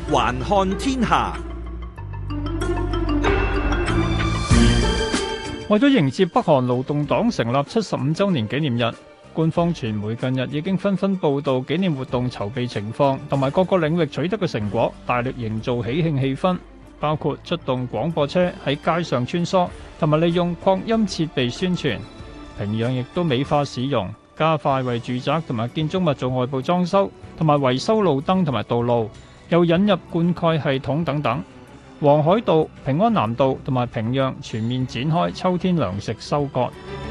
環看天下。 為咗迎接北韓勞動黨成立75週年紀念日，官方傳媒近日已經紛紛報導紀念活動籌備情況同埋各個領域取得嘅成果，大力營造喜慶氣氛，包括出動廣播車喺街上穿梭，同埋利用擴音設備宣傳。平壤亦都美化市容，加快為住宅同埋建築物做外部裝修，同埋維修路燈同埋道路，又引入灌溉系統等等。黃海道、平安南道同埋平壤全面展開秋天糧食收割。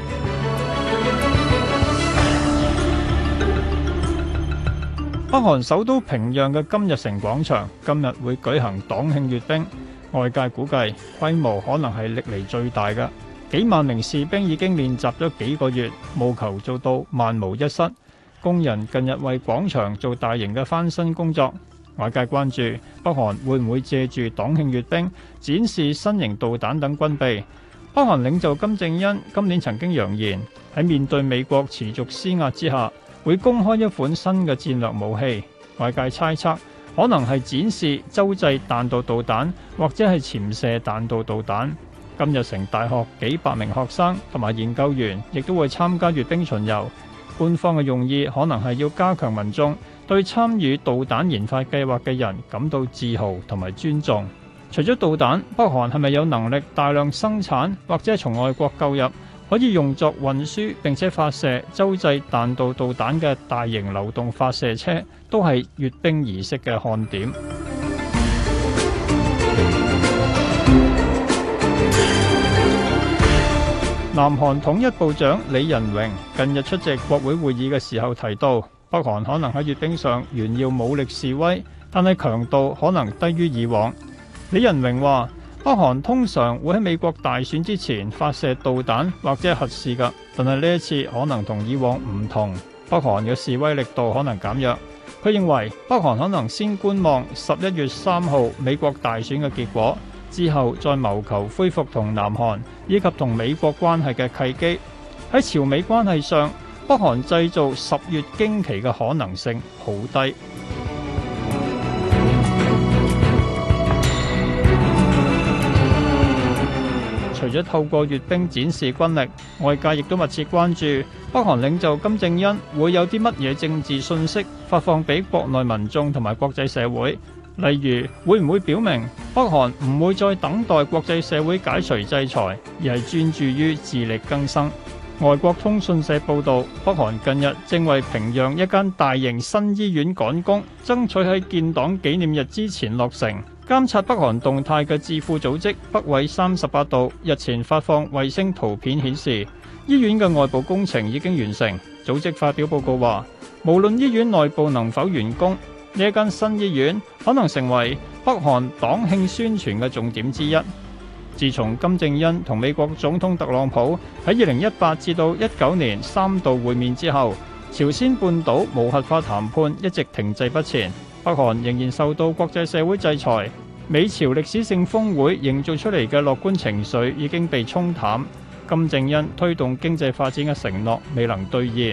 北韓首都平壤嘅金日成廣場今日會舉行黨慶閱兵，外界估計規模可能係歷嚟最大嘅，幾萬名士兵已經練習咗幾個月，務求做到萬無一失。工人近日為廣場做大型嘅翻新工作。外界關注北韓會唔會借住黨慶閱兵展示新型導彈等軍備。北韓領袖金正恩今年曾經揚言喺面對美國持續施壓之下，會公開一款新嘅戰略武器。外界猜測可能係展示洲際彈道導彈或者係潛射彈道導彈。金日成大學幾百名學生同埋研究員亦都會參加閱兵巡遊。官方嘅用意可能係要加強民眾對參與導彈研發計劃嘅人感到自豪同埋尊重。除咗導彈，北韓係咪有能力大量生產或者係從外國購入可以用作運輸並且發射洲際彈道導彈嘅大型流動發射車，都係閱兵儀式嘅看點。南韓統一部長李仁榮近日出席國會會議嘅時候提到，北韓可能喺閱兵上炫耀武力示威，但係強度可能低於以往。李仁榮話，北韓通常會喺美國大選之前發射導彈或者核試㗎，但係呢一次可能同以往唔同，北韓嘅示威力度可能減弱。佢認為北韓可能先觀望11月3號美國大選嘅結果，之後再謀求恢復同南韓以及同美國關係嘅契機。喺朝美關係上，北韓製造10月驚奇嘅可能性好低。除咗透過閱兵展示軍力，外界亦都密切關注北韓領袖金正恩會有啲乜嘢政治信息發放俾國內民眾同埋國際社會。例如，會唔會表明北韓唔會再等待國際社會解除制裁，而係專注於自力更生？外國通訊社報導，北韓近日正為平壤一間大型新醫院趕工，爭取喺建黨紀念日之前落成。監察北韓動態嘅智庫組織北緯38度日前發放衛星圖片顯示，醫院嘅外部工程已經完成。組織發表報告話，無論醫院內部能否完工，呢一間新醫院可能成為北韓黨慶宣傳嘅重點之一。自從金正恩同美國總統特朗普喺2018至到19年3度會面之後，朝鮮半島無核化談判一直停滯不前，北韓仍然受到國際社會制裁。美朝歷史性峰會營造出嚟嘅樂觀情緒已經被沖淡，金正恩推動經濟發展嘅承諾未能兌現。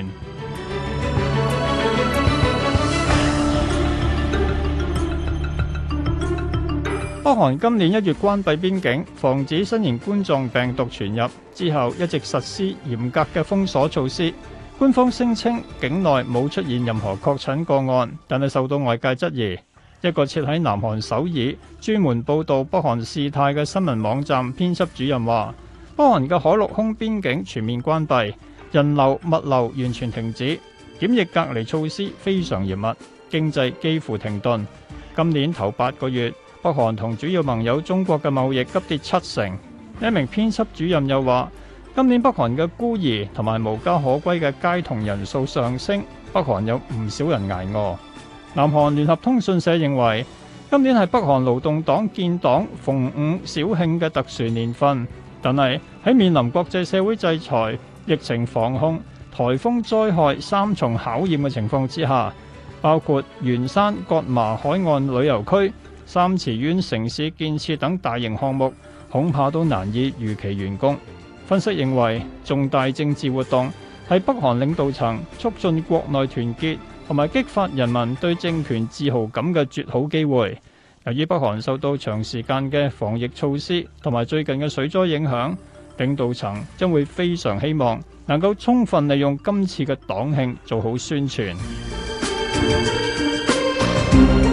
北韓今年1月關閉邊境，防止新型冠狀病毒傳入，之後一直實施嚴格嘅封鎖措施。官方聲稱境內冇出現任何確診個案，但係受到外界質疑。一個設喺南韓首爾、專門報導北韓事態嘅新聞網站編輯主任話，北韓嘅海陸空邊境全面關閉，人流物流完全停止，檢疫隔離措施非常嚴密，經濟幾乎停頓。今年頭8個月，北韓同主要盟友中國嘅貿易急跌70%。一名編輯主任又話，今年北韓嘅孤兒同埋無家可歸嘅街童人數上升，北韓有唔少人捱餓。南韓聯合通訊社認為，今年係北韓勞動黨建黨逢5小慶嘅特殊年份，但係喺面臨國際社會制裁、疫情防控、颱風災害3重考驗嘅情況之下，包括元山葛麻海岸旅遊區、三池縣城市建設等大型項目，恐怕都難以如期完工。分析認為，重大政治活動係北韓領導層促進國內團結同埋激發人民對政權自豪感嘅絕好機會。 由於北韓受到長時間嘅防疫措施同埋最近嘅水災影響，領導層將會非常希望能夠充分利用今次嘅黨慶做好宣傳。